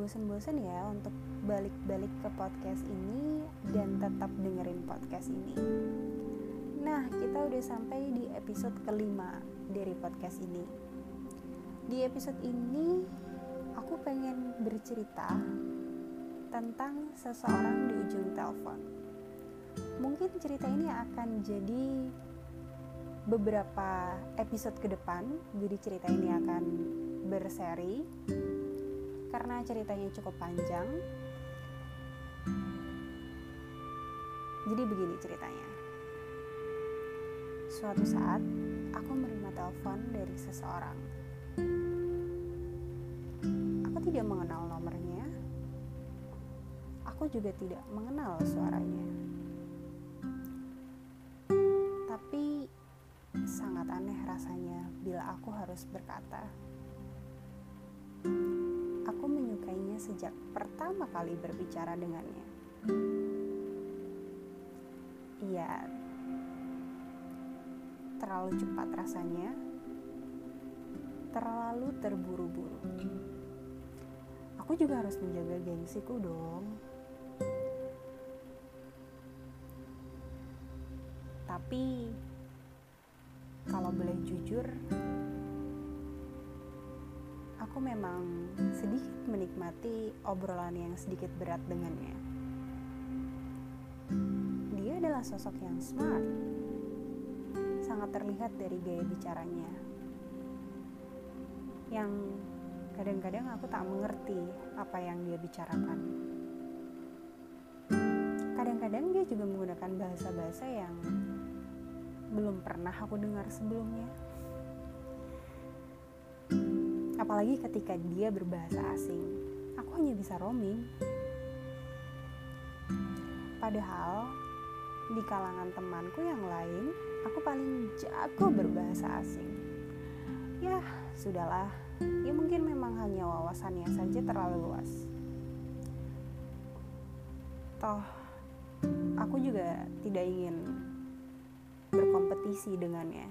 bosen-bosen ya untuk balik-balik ke podcast ini dan tetap dengerin podcast ini. Nah, kita udah sampai di episode kelima dari podcast ini. Di episode ini, aku pengen bercerita tentang seseorang di ujung telepon. Mungkin cerita ini akan jadi beberapa episode ke depan, jadi cerita ini akan berseri karena ceritanya cukup panjang. Jadi begini ceritanya. Suatu saat, aku menerima telepon dari seseorang. Aku tidak mengenal nomornya. Aku juga tidak mengenal suaranya. Tapi sangat aneh rasanya bila aku harus berkata. Aku menyukainya sejak pertama kali berbicara dengannya. Iya, terlalu cepat rasanya, terlalu terburu-buru. Aku juga harus menjaga gengsiku dong. Tapi kalau boleh jujur, aku memang sedikit menikmati obrolan yang sedikit berat dengannya. Dia adalah sosok yang smart, sangat terlihat dari gaya bicaranya, yang kadang-kadang aku tak mengerti apa yang dia bicarakan. Kadang-kadang dia juga menggunakan bahasa-bahasa yang belum pernah aku dengar sebelumnya. Apalagi ketika dia berbahasa asing, aku hanya bisa roaming. Padahal di kalangan temanku yang lain, aku paling jago berbahasa asing. Ya, sudahlah. Ya mungkin memang hanya wawasannya saja terlalu luas. Toh, aku juga tidak ingin berkompetisi dengannya.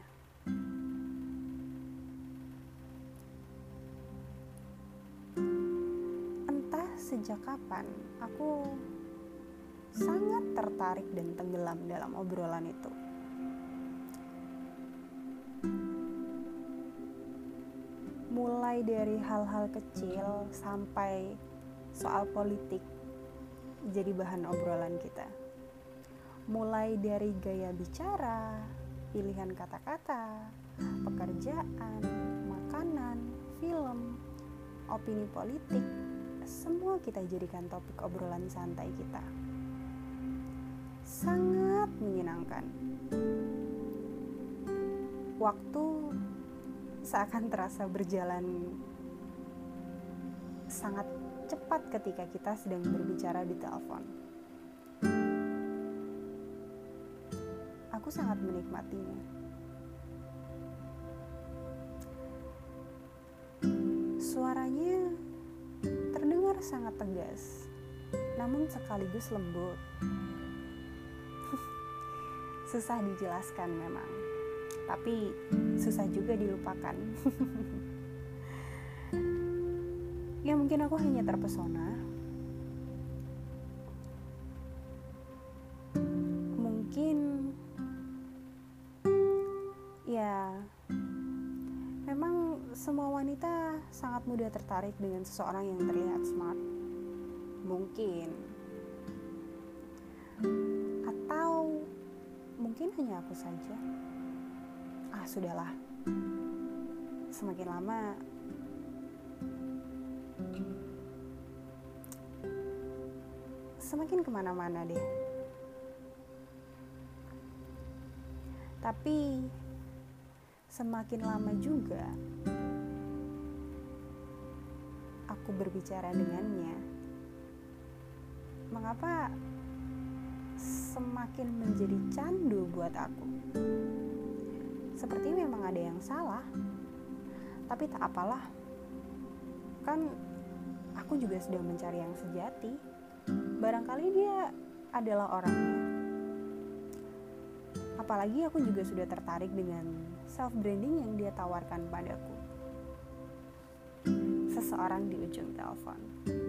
Entah sejak kapan aku sangat tertarik dan tenggelam dalam obrolan itu. Mulai dari hal-hal kecil sampai soal politik jadi bahan obrolan kita. Mulai dari gaya bicara, pilihan kata-kata, pekerjaan, makanan, film, opini politik, semua kita jadikan topik obrolan santai kita. Sangat menyenangkan. Waktu seakan terasa berjalan sangat cepat ketika kita sedang berbicara di telepon. Aku sangat menikmatinya. Suaranya terdengar sangat tegas, namun sekaligus lembut. Susah dijelaskan memang, tapi susah juga dilupakan. Ya mungkin aku hanya terpesona. Mungkin ya memang semua wanita sangat mudah tertarik dengan seseorang yang terlihat smart. Mungkin. Atau mungkin hanya aku saja. Sudahlah. Semakin lama semakin kemana-mana deh. Tapi semakin lama juga aku berbicara dengannya, mengapa semakin menjadi candu buat aku. Seperti memang ada yang salah, tapi tak apalah. Kan aku juga sedang mencari yang sejati. Barangkali dia adalah orangnya. Apalagi aku juga sudah tertarik dengan self-branding yang dia tawarkan padaku. Seseorang di ujung telepon.